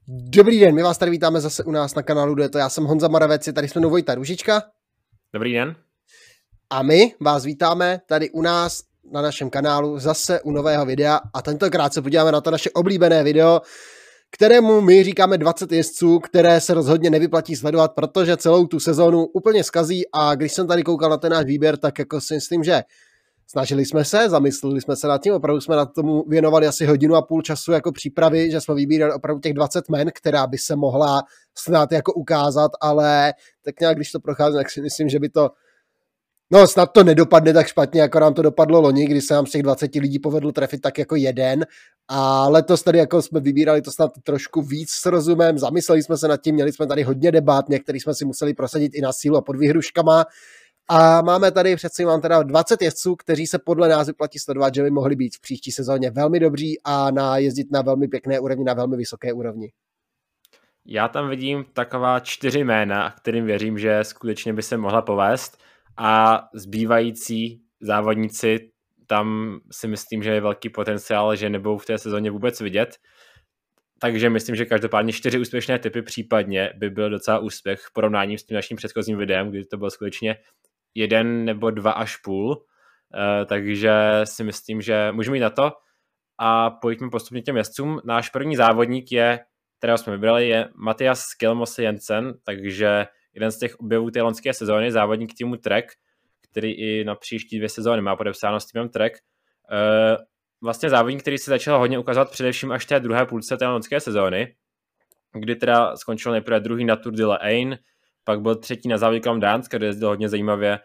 Dobrý den, my vás tady vítáme zase u nás na kanálu Dueto. Já jsem Honza Moravec, je tady jsme Vojta Růžička. Dobrý den. A my vás vítáme tady u nás na našem kanálu zase u nového videa a tentokrát se podíváme na to naše oblíbené video, kterému my říkáme 20 jezdců, které se rozhodně nevyplatí sledovat, protože celou tu sezónu úplně zkazí a když jsem tady koukal na ten náš výběr, tak jako si myslím, že snažili jsme se, zamysleli jsme se nad tím, opravdu jsme na tomu věnovali asi 1,5 hodiny času jako přípravy, že jsme vybírali opravdu těch 20 men, která by se mohla snad jako ukázat, ale tak nějak, když to prochází, tak si myslím, že by to snad to nedopadne tak špatně, jako nám to dopadlo loni, kdy se nám z těch 20 lidí povedlo trefit tak jako jeden. A letos tady jako jsme vybírali to snad trošku víc s rozumem, zamysleli jsme se nad tím, měli jsme tady hodně debat, některý jsme si museli prosadit i na sílu a pod výhruškama. A máme tady mám teda 20 jezdců, kteří se podle nás vyplatí sledovat, že by mohli být v příští sezóně velmi dobří a jezdit na velmi pěkné úrovni, na velmi vysoké úrovni. Já tam vidím taková 4 jména, kterým věřím, že skutečně by se mohla povést. A zbývající závodníci, tam si myslím, že je velký potenciál, že nebudou v té sezóně vůbec vidět. Takže myslím, že každopádně 4 úspěšné typy případně by byl docela úspěch v porovnání s tím naším předchozím videem, kdy to bylo skutečně 1 nebo 2 až půl. Takže si myslím, že můžeme jít na to. A pojďme postupně těm jezdcům. Náš první závodník kterého jsme vybrali, je Mathias Skjelmose Jensen, takže jeden z těch objevů té loňské sezóny, závodník týmu Trek, který i na příští 2 sezóny má podepsáno s týmem Trek. Vlastně závodník, který se začal hodně ukazovat především až v té druhé půlce té loňské sezóny, kdy teda skončil nejprve druhý na Tour de l'Ain, pak byl třetí na závodě kolem Dánska, kde jezdil hodně zajímavě,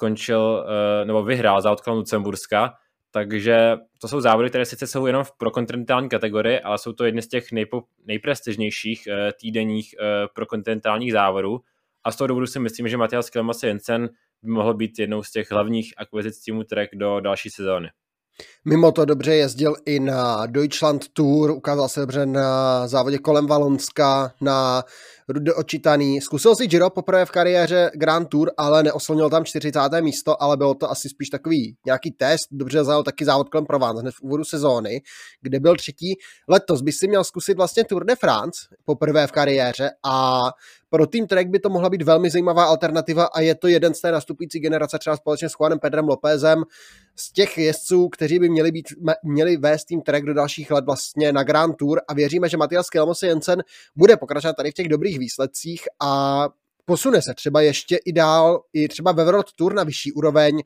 vyhrál závod kolem Lucemburska, takže to jsou závody, které sice jsou jenom pro kontinentální kategorii, ale jsou to jedny z těch nejprestižnějších týdenních pro kontinentálních závodů. A z toho důvodu si myslím, že Mathias Skjelmose Jensen by mohl být jednou z těch hlavních akvizic týmu Trek do další sezóny. Mimo to dobře jezdil i na Deutschland Tour, ukázal se dobře na závodě kolem Valonska, na Rude Occitanii. Zkusil si Giro poprvé v kariéře Grand Tour, ale neoslnil tam 40. místo, ale bylo to asi spíš takový nějaký test. Dobře zajel taky závod kolem Provence hned v úvodu sezóny, kde byl třetí. Letos by si měl zkusit vlastně Tour de France poprvé v kariéře a pro tým Trek by to mohla být velmi zajímavá alternativa a je to jeden z té nastupující generace třeba společně s Juanem Pedrem Lópezem z těch jezdců, kteří by měli vést tým Trek do dalších let vlastně na Grand Tour a věříme, že Mathias Skjelmose Jensen bude pokračovat tady v těch dobrých výsledcích a posune se třeba ještě i dál, i třeba ve World Tour na vyšší úroveň,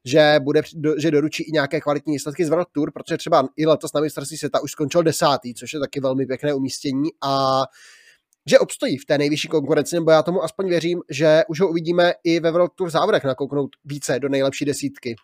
že doručí i nějaké kvalitní výsledky z World Tour, protože třeba i letos na mistrovství světa už skončil 10., což je taky velmi pěkné umístění a že obstojí v té nejvyšší konkurenci, nebo já tomu aspoň věřím, že už ho uvidíme i ve World Tour závodech nakouknout více do nejlepší desítky.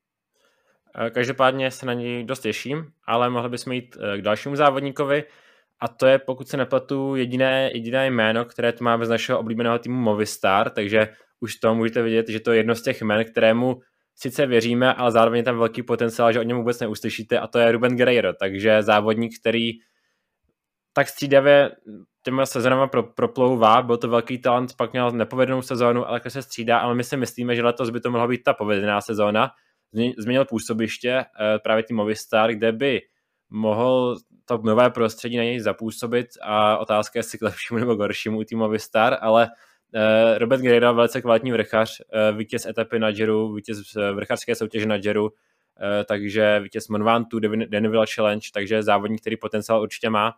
Každopádně se na něj dost těším, ale mohli bychom jít k dalšímu závodníkovi a to je, pokud se nepletu, jediné jméno, které tu máme z našeho oblíbeného týmu Movistar, takže už to můžete vidět, že to je jedno z těch jmen, kterému sice věříme, ale zároveň je tam velký potenciál, že o něm vůbec neuslyšíte a to je Ruben Guerreiro, takže závodník, který tak střídavě těma sezónama proplouvá, byl to velký talent, pak měl nepovedenou sezónu, ale se střídá, ale my si myslíme, že letos by to mohla být ta povedená sezóna. Změnil působiště právě tým Movistar, kde by mohl to nové prostředí na něj zapůsobit a otázka je, jestli k lepšímu nebo horšímu u tým Movistar, ale Robert Guerreiro, velice kvalitní vrchař, vítěz etapy na Giro, vítěz vrchařské soutěže na Giro, takže vítěz Mont Ventoux, Denville Challenge, takže závodník, který potenciál určitě má.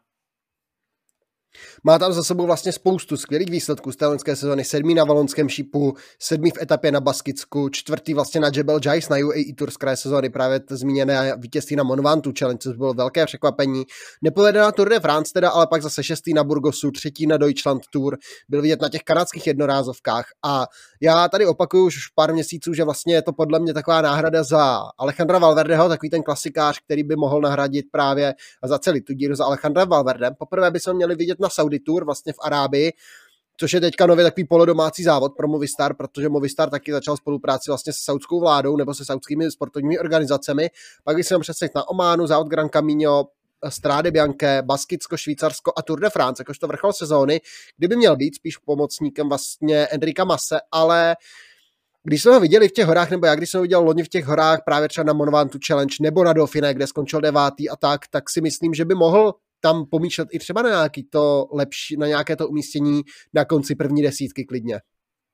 Má tam za sebou vlastně spoustu skvělých výsledků z té loňské sezóny. 7. na Valonském šípu, 7. v etapě na Baskicku, 4. vlastně na Jebel Jais na UAE Tour z kraje sezóny, právě zmíněné vítězství na Mont Ventoux Challenge, což bylo velké překvapení. Nepovedená Tour de France teda, ale pak zase 6. na Burgosu, 3. na Deutschland Tour, byl vidět na těch kanadských jednorázovkách a já tady opakuju už pár měsíců, že vlastně je to podle mě taková náhrada za Alejandra Valverdeho, takový ten klasikář, který by mohl nahradit právě za celý tu díru za Alejandrem Valverdem. Poprvé by se měli vidět na Saudi Tour, vlastně v Arábii, což je teďka nově takový polodomácí závod pro Movistar, protože Movistar taky začal spolupráci vlastně se saudskou vládou nebo se saudskými sportovními organizacemi. Pak bych se přesvědčit na Ománu, závod Gran Camino, Strade Bianche, Baskicko, Švýcarsko a Tour de France, jakožto vrchol sezóny, kdyby měl být spíš pomocníkem vlastně Enrika Mase, ale když jsme ho viděli v těch horách, nebo já když jsem ho viděl loni v těch horách, právě třeba na Mont Ventoux Challenge nebo na Dauphiné, kde skončil 9. a tak si myslím, že by mohl tam pomýšlet i třeba na nějaký to lepší, na nějaké to umístění na konci první desítky klidně.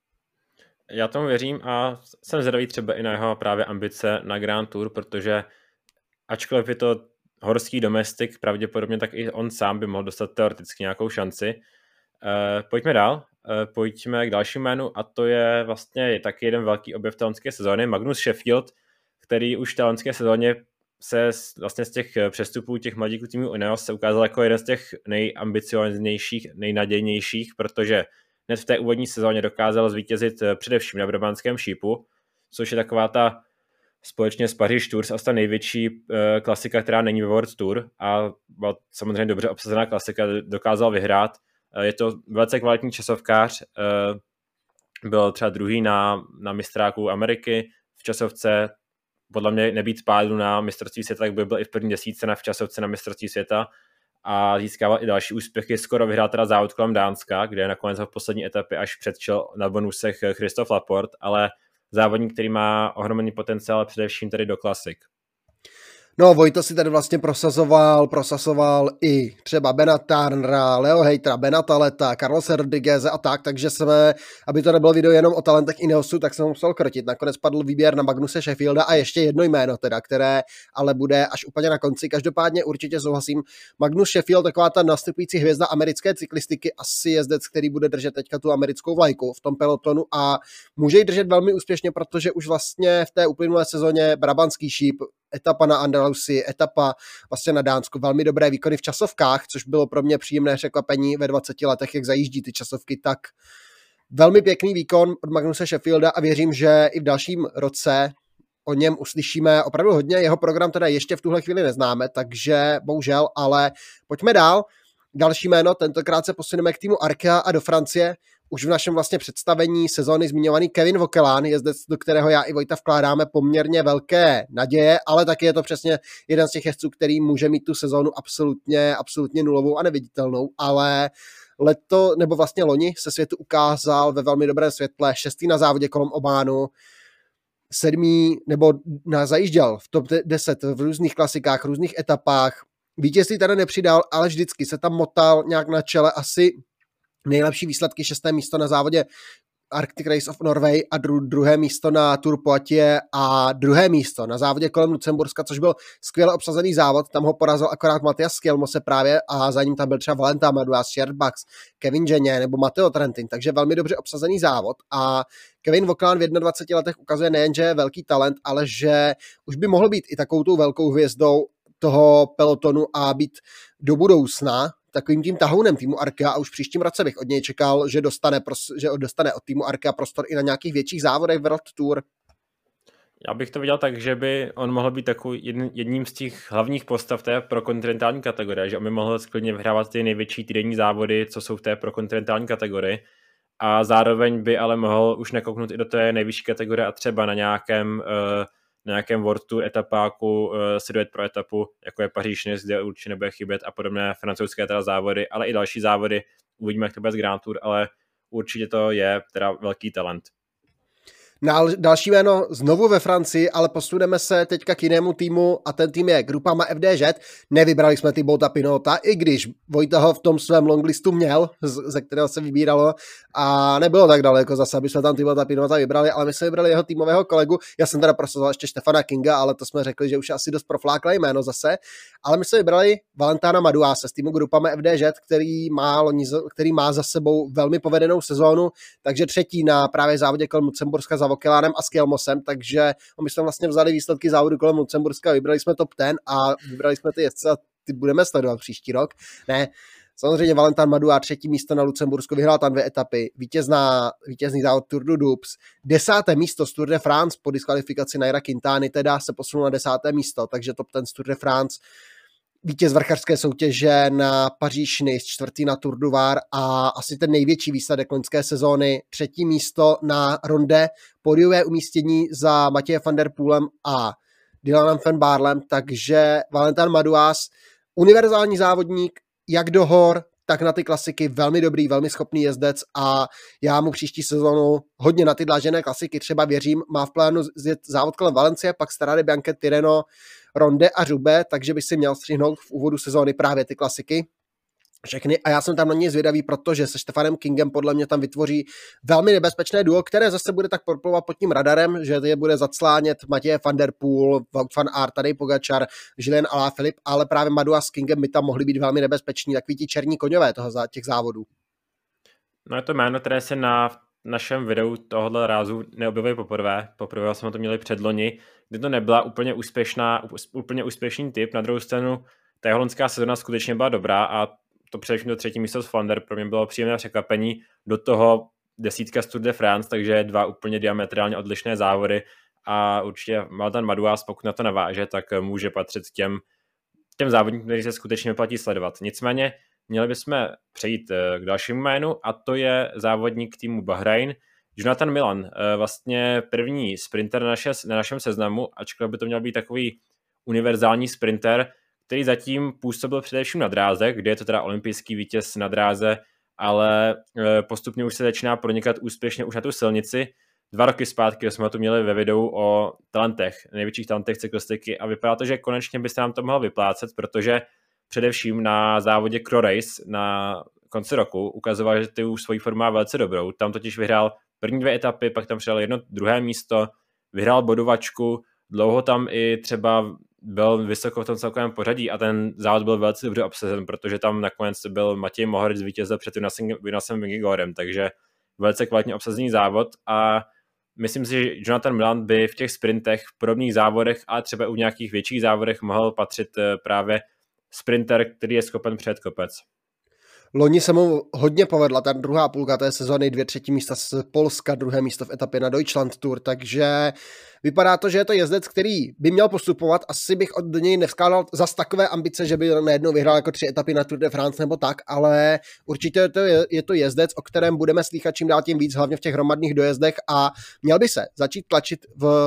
Já tomu věřím a jsem zvědavý třeba i na jeho právě ambice na Grand Tour, protože ačkoliv je to horský domestik, pravděpodobně tak i on sám by mohl dostat teoreticky nějakou šanci. Pojďme dál, pojďme k dalšímu jménu a to je vlastně taky jeden velký objev té loňské sezóny, Magnus Sheffield, který už v té loňské sezóně se vlastně z těch přestupů těch mladíků týmů Ineos se ukázal jako jeden z těch nejambicioznějších, nejnadějnějších, protože hned v té úvodní sezóně dokázal zvítězit především na brabantském šípu, což je taková ta společně s Paříž Tours asi ta největší klasika, která není ve World Tour a byla samozřejmě dobře obsazená klasika, dokázal vyhrát. Je to velice kvalitní časovkář, byl třeba druhý na mistráku Ameriky v časovce, podle mě nebýt pádu na mistrovství světa, tak by byl i v první desítce v časovce na mistrovství světa a získával i další úspěchy. Skoro vyhrál teda závod kolem Dánska, kde nakonec ho v poslední etapě až předčil na bonusech Christophe Laporte, ale závodník, který má ohromný potenciál především tady do klasik. No, Vojta si tady vlastně prosazoval i třeba Bena Turnera, Leo Haytera, Bena Taleta, Carlose Rodrigueze a tak, takže jsme, aby to nebylo video jenom o talentech Ineosu, tak jsem ho musel krotit. Nakonec padl výběr na Magnuse Sheffielda a ještě jedno jméno teda, které ale bude až úplně na konci. Každopádně určitě souhlasím. Magnus Sheffield, taková ta nastupující hvězda americké cyklistiky, asi jezdec, který bude držet teďka tu americkou vlajku v tom pelotonu a může ji držet velmi úspěšně, protože už vlastně v té uplynulé sezóně brabantský šíp, etapa na Andalusii, etapa vlastně na Dánsku, velmi dobré výkony v časovkách, což bylo pro mě příjemné překvapení ve 20 letech, jak zajíždí ty časovky, tak velmi pěkný výkon od Magnuse Sheffielda a věřím, že i v dalším roce o něm uslyšíme opravdu hodně. Jeho program teda ještě v tuhle chvíli neznáme, takže bohužel, ale pojďme dál. Další jméno, tentokrát se posuneme k týmu Arkea a do Francie. Už v našem vlastně představení sezóny zmiňovaný Kevin Vauquelin, jezdec, do kterého já i Vojta vkládáme poměrně velké naděje, ale taky je to přesně jeden z těch jezdců, který může mít tu sezónu absolutně nulovou a neviditelnou, ale loni se světu ukázal ve velmi dobrém světle, 6. na závodě kolem Obánu, 7. nebo zajížděl v top 10 v různých klasikách, různých etapách. Vítězství tady nepřidal, ale vždycky se tam motal nějak na čele, asi nejlepší výsledky, 6. místo na závodě Arctic Race of Norway a druhé místo na Tour Poitiers a druhé místo na závodě kolem Lucemburska, což byl skvěle obsazený závod, tam ho porazil akorát Matthias Skjelmose právě a za ním tam byl třeba Valentin Madouas, Sjerd Bucks, Kevin Genie nebo Matteo Trentin, takže velmi dobře obsazený závod a Kevin Vauquelin v 21 letech ukazuje nejen, že je velký talent, ale že už by mohl být i takovou tou velkou hvězdou toho pelotonu a být do budoucna takovým tím tahounem týmu Arkea a už příštím roce bych od něj čekal, že dostane od týmu Arkea prostor i na nějakých větších závodech World Tour. Já bych to viděl tak, že by on mohl být takový jedním z těch hlavních postav té prokontinentální kategorie, že on by mohl sklidně vyhrávat ty největší týdenní závody, co jsou v té prokontinentální kategorii a zároveň by ale mohl už nekouknout i do té nejvyšší kategorie a třeba na nějakém World Tour etapáku si dojet pro etapu, jako je Paříž-Nice, kde určitě nebude chybět a podobné francouzské teda závody, ale i další závody. Uvidíme, jak to bude z Grand Tour, ale určitě to je teda velký talent. Další jméno znovu ve Francii, ale posuneme se teďka k jinému týmu a ten tým je Groupama FDŽ. Nevybrali jsme Thibauta Pinota, i když Vojta ho v tom svém longlistu měl, ze kterého se vybíralo a nebylo tak daleko zase, aby jsme tam Thibauta Pinota vybrali, ale my jsme vybrali jeho týmového kolegu. Já jsem teda prosazoval ještě Stefana Kinga, ale to jsme řekli, že už je asi dost profláklé jméno zase, ale my jsme vybrali Valentina Madouase z týmu Groupama FDŽ, který má za sebou velmi povedenou sezónu, takže třetí na právě závodě kolem Lucemburska za Vauquelinem a Skjelmosem, takže my jsme vlastně vzali výsledky závodu kolem Lucemburska, vybrali jsme top 10 a vybrali jsme ty jezdce a ty budeme sledovat příští rok. Ne, samozřejmě Valentin Madouas, třetí místo na Lucembursku, vyhrál tam 2 etapy, vítězný závod Tour du Doubs, 10. místo z Tour de France po diskvalifikaci Naira Quintany, teda se posunul na 10. místo, takže top 10 z Tour de France, vítěz vrchařské soutěže na Paříž-Nice, 4. na Tour du Var a asi ten největší výsledek loňské sezóny, 3. místo na Ronde, pódiové umístění za Matějem van der Poelem a Dylanem van Baarlem, takže Valentin Madouas, univerzální závodník, jak do hor, tak na ty klasiky velmi dobrý, velmi schopný jezdec a já mu příští sezonu hodně na ty dlážené klasiky třeba věřím. Má v plánu zjet závod kolem Valencie, pak Strade Bianche, Tirreno, Ronde a Roubaix, takže by si měl střihnout v úvodu sezóny právě ty klasiky. Všechny a já jsem tam na něj zvědavý, protože se Stefanem Kingem podle mě tam vytvoří velmi nebezpečné duo, které zase bude tak proplouvat pod tím radarem, že je bude zaclánět Matěje van der Poel, Wout van Aert, Tadej Pogačar, Julien Alaphilippe, ale právě Madouas s Kingem by tam mohli být velmi nebezpeční, takový ti černí koňové těch závodů. No je to jméno, které se na našem videu tohohle rázu neobjevuje poprvé. Poprvé jsme to měli předloni, kdy to nebyla úplně úspěšný typ. Na druhou stranu ta holandská sezona skutečně byla dobrá a to především do třetí místo z Flanders pro mě bylo příjemné překvapení. Do toho 10 z Tour de France, takže 2 úplně diametrálně odlišné závody a určitě Valtan Madouas, pokud na to naváže, tak může patřit těm závodníkům, kteří se skutečně vyplatí sledovat. Nicméně měli bychom přejít k dalšímu jménu a to je závodník týmu Bahrain, Jonathan Milan, vlastně první sprinter na našem seznamu, ačkoliv by to měl být takový univerzální sprinter, který zatím působil především na dráze, kde je to teda olympijský vítěz na dráze, ale postupně už se začíná pronikat úspěšně už na tu silnici. 2 roky zpátky jsme to měli ve videu o talentech, největších talentech cyklistiky a vypadá to, že konečně by se nám to mohlo vyplácet, protože především na závodě Cro Race na konci roku ukazoval, že tu svoji formu má velice dobrou. Tam totiž vyhrál první 2 etapy, pak tam přijel 1. 2. místo, vyhrál bodovačku, dlouho tam i třeba byl vysoko v tom celkovém pořadí a ten závod byl velice dobře obsazen, protože tam nakonec byl Matěj Mohoric vítězil před Jonasem Vingegaardem, takže velice kvalitně obsazený závod a myslím si, že Jonathan Milan by v těch sprintech, v podobných závodech a třeba u nějakých větších závodech mohl patřit právě sprinter, který je schopen přejet kopec. Loni se mu hodně povedla, ta druhá půlka té sezony, 2 třetí místa z Polska, 2. místo v etapě na Deutschland Tour, takže vypadá to, že je to jezdec, který by měl postupovat, asi bych od něj nevskládal zas takové ambice, že by najednou vyhrál jako 3 etapy na Tour de France nebo tak, ale určitě je to jezdec, o kterém budeme slýchat čím dál tím víc, hlavně v těch hromadných dojezdech a měl by se začít tlačit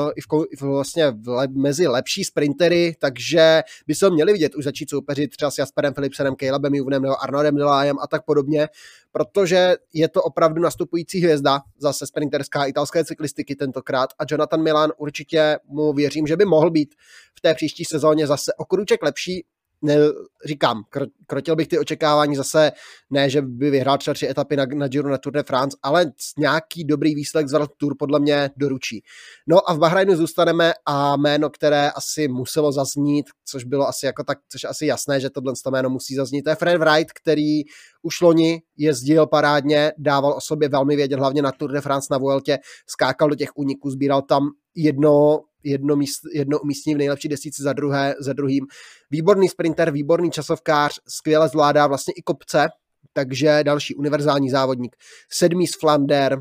mezi lepší sprintery, takže by se ho měli vidět už začít soupeřit třeba s Jasperem Philipsenem, Calebem Ewanem nebo Arnaudem Delayem a tak podobně, protože je to opravdu nastupující hvězda, zase sprinterská italské cyklistiky tentokrát a Jonathan Milan určitě mu věřím, že by mohl být v té příští sezóně zase o kruček lepší. Říkám, krotil bych ty očekávání zase, ne, že by vyhrál třeba 3 etapy na Giro, na Tour de France, ale nějaký dobrý výsledek z World Tour podle mě doručí. No a v Bahrajnu zůstaneme a jméno, které asi muselo zaznít, což bylo asi jako tak, což asi jasné, že tohle jméno musí zaznít, to je Fred Wright, který už loni jezdil parádně, dával o sobě velmi vědět, hlavně na Tour de France na Vueltě, skákal do těch úniků, sbíral tam jedno umístění v nejlepší desíci za druhým. Výborný sprinter, výborný časovkář, skvěle zvládá vlastně i kopce, takže další univerzální závodník. 7. z Flander,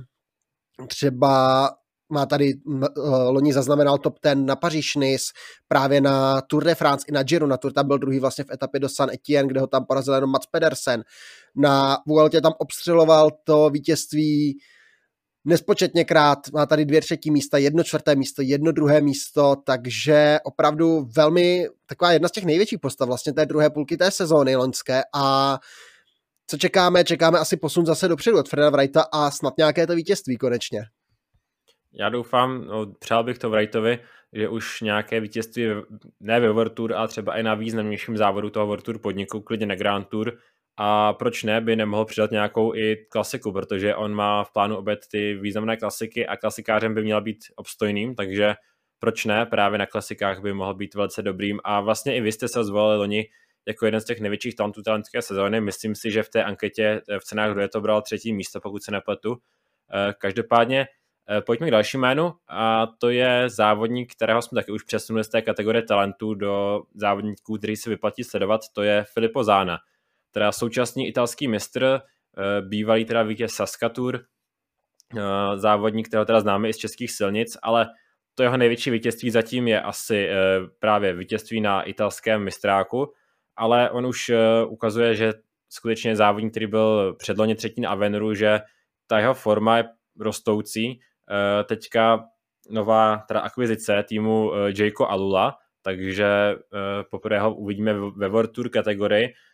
třeba má tady loni zaznamenal top 10 na Paříž-Nice, právě na Tour de France i na Giro, na Tour tam byl druhý vlastně v etapě do Saint-Étienne, kde ho tam porazil jenom Mats Pedersen. Na Vueltě tam obstřeloval to vítězství nespočetněkrát, má tady 2 třetí místa, 1 čtvrté místo, 1 druhé místo, takže opravdu velmi taková jedna z těch největších postav vlastně té druhé půlky té sezóny loňské a co čekáme? Čekáme asi posun zase dopředu od Freda Wrighta a snad nějaké to vítězství konečně. Já doufám, přál bych to Wrightovi, že už nějaké vítězství ne ve World Tour, ale třeba i na významnějším závodu toho World Tour podniku, klidně na Grand Tour. A proč ne, by nemohl přidat nějakou i klasiku, protože on má v plánu objet ty významné klasiky a klasikářem by měl být obstojným, takže proč ne, právě na klasikách by mohl být velice dobrým. A vlastně i vy jste se zvolili loni jako jeden z těch největších talentů talentské sezóny. Myslím si, že v té anketě v cenách kdo je to bral 3. místo, pokud se nepletu. Každopádně pojďme k dalšímu jménu a to je závodník, kterého jsme taky už přesunuli z té kategorie talentů do závodníků, který se vyplatí sledovat, to je Filippo Zana. Teda současný italský mistr, bývalý teda vítěz Saskatour, závodník, kterého teda známe i z českých silnic, ale to jeho největší vítězství zatím je asi právě vítězství na italském mistráku, ale on už ukazuje, že skutečně závodník, který byl předloni 3. na Avenuru, že ta jeho forma je rostoucí. Teďka nová teda akvizice týmu Jayco Alula, takže poprvé ho uvidíme ve World Tour kategorii,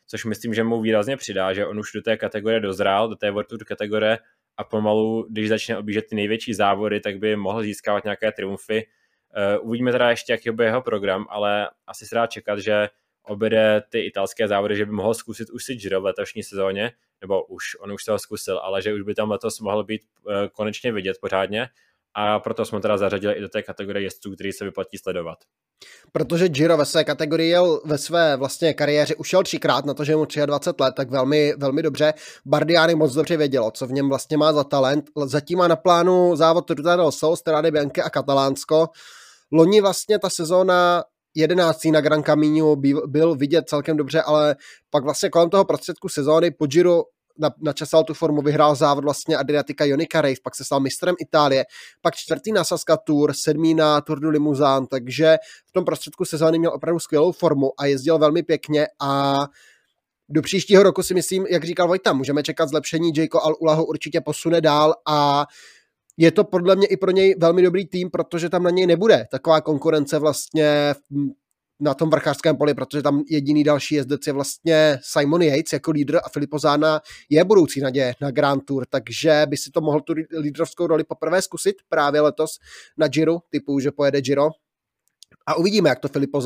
což myslím, že mu výrazně přidá, že on už do té kategorie dozrál, do té World Tour kategorie a pomalu, když začne objíždět ty největší závody, tak by mohl získávat nějaké triumfy. Uvidíme teda ještě, jaký bude jeho program, ale asi se dá čekat, že objede ty italské závody, že by mohl zkusit už si Giro v letošní sezóně, nebo on už se ho zkusil, ale že už by tam letos mohl být konečně vidět pořádně a proto jsme teda zařadili i do té kategorie jezdců, který se vyplatí sledovat. Protože Giro ve své kategorii jel ve své vlastně kariéře už jel 3krát, na to, že je mu 23 let, tak velmi, velmi dobře. Bardiani moc dobře vědělo, co v něm vlastně má za talent. Zatím má na plánu závod Ruta del Sol, Strade Bianche a Katalánsko. Loni vlastně ta sezóna 11. na Gran Caminu byl vidět celkem dobře, ale pak vlastně kolem toho prostředku sezóny po Giro načasal tu formu, vyhrál závod vlastně Adriatica Ionica Race, pak se stal mistrem Itálie, pak 4. na Saska Tour, 7. na Tour du Limousin, takže v tom prostředku sezóny měl opravdu skvělou formu a jezdil velmi pěkně a do příštího roku si myslím, jak říkal Vojta, můžeme čekat zlepšení. Jayco Al-Ula ho určitě posune dál a je to podle mě i pro něj velmi dobrý tým, protože tam na něj nebude taková konkurence vlastně na tom vrchářském poli, protože tam jediný další jezdec je vlastně Simon Yates jako lídr a Filippo Zana je budoucí naděje na Grand Tour, takže by si to mohl tu lídrovskou roli poprvé zkusit právě letos na Giro, typu, že pojede Giro a uvidíme, jak to Filippo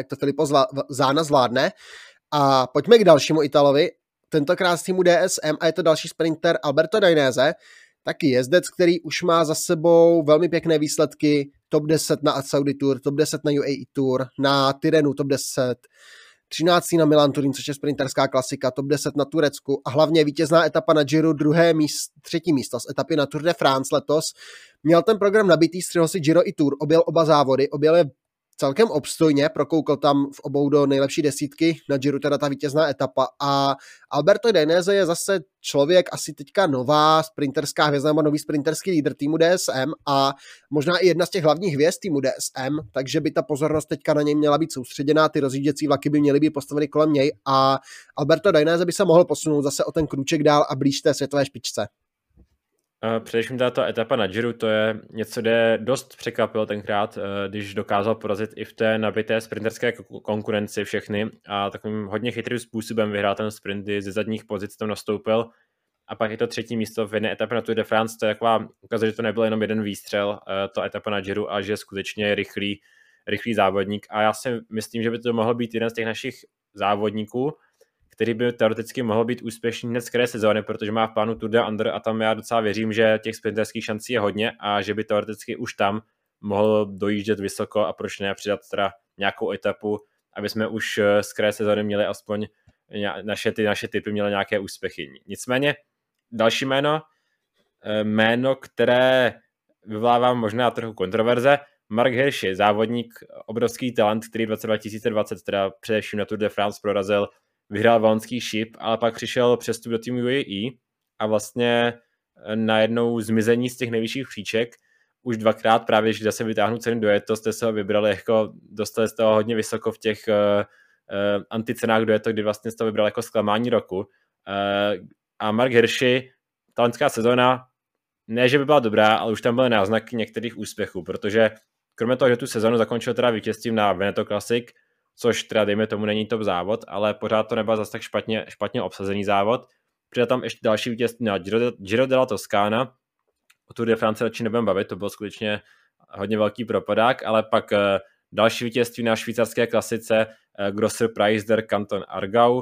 Zana zvládne. A pojďme k dalšímu Italovi, tentokrát z týmu DSM a je to další sprinter Alberto Dainese, taky jezdec, který už má za sebou velmi pěkné výsledky, top 10 na Saudi Tour, top 10 na UAE Tour, na Tyrrhenu top 10, 13. na Milan Turín, což je sprinterská klasika, top 10 na Turecku a hlavně vítězná etapa na Giro, třetí místo z etapy na Tour de France letos. Měl ten program nabitý, střihl si Giro i Tour, objel oba závody, objel je celkem obstojně, prokoukl tam v obou do nejlepší desítky, na Giro teda ta vítězná etapa a Alberto Dainese je zase člověk, asi teďka nová sprinterská hvězda nebo nový sprinterský lídr týmu DSM a možná i jedna z těch hlavních hvězd týmu DSM, takže by ta pozornost teďka na něj měla být soustředěná, ty rozjížděcí vlaky by měly být postaveny kolem něj a Alberto Dainese by se mohl posunout zase o ten krůček dál a blíž té světové špičce. Především tato etapa na Giro, to je něco, kde dost překvapil tenkrát, když dokázal porazit i v té nabité sprinterské konkurenci všechny a takovým hodně chytrým způsobem vyhrál ten sprint, kdy ze zadních pozic tam nastoupil a pak je to třetí místo v jedné etapě na Tour de France, to je taková, ukazuje, že to nebyl jenom jeden výstřel, to etapa na Giro a že skutečně je rychlý závodník a já si myslím, že by to mohl být jeden z těch našich závodníků, který by teoreticky mohl být úspěšný hned z které sezóny, protože má v plánu Tour de Under a tam já docela věřím, že těch sprinterských šancí je hodně a že by teoreticky už tam mohl dojíždět vysoko a proč ne přidat teda nějakou etapu, aby jsme už z které sezóny měli aspoň naše typy měly nějaké úspěchy. Nicméně další jméno, které vyvolává možná trochu kontroverze, Mark Hirschi, závodník, obrovský talent, který v roce 2020 teda především na Tour de France prorazil, vyhrál valonský šip, ale pak přišel přestup do týmu UAE a vlastně najednou zmizení z těch nejvyšších příček už dvakrát právě, když se vytáhnu ceny Dueto, jste se ho vybrali, jako dostali jste ho hodně vysoko v těch anticenách Dueto, kdy vlastně jste ho vybrali jako zklamání roku. A Mark Hirschi, talentská sezóna, ne, že by byla dobrá, ale už tam byly náznaky některých úspěchů, protože kromě toho, že tu sezónu zakončil teda vítězstvím na Veneto Classic, což teda dejme tomu není top závod, ale pořád to nebyl zase tak špatně obsazený závod. Přidal tam ještě další vítězství na Giro della Toscana, o Tour de France radši nebudem bavit, to byl skutečně hodně velký propadák, ale pak další vítězství na švýcarské klasice Grosser Preis der Kanton Aargau,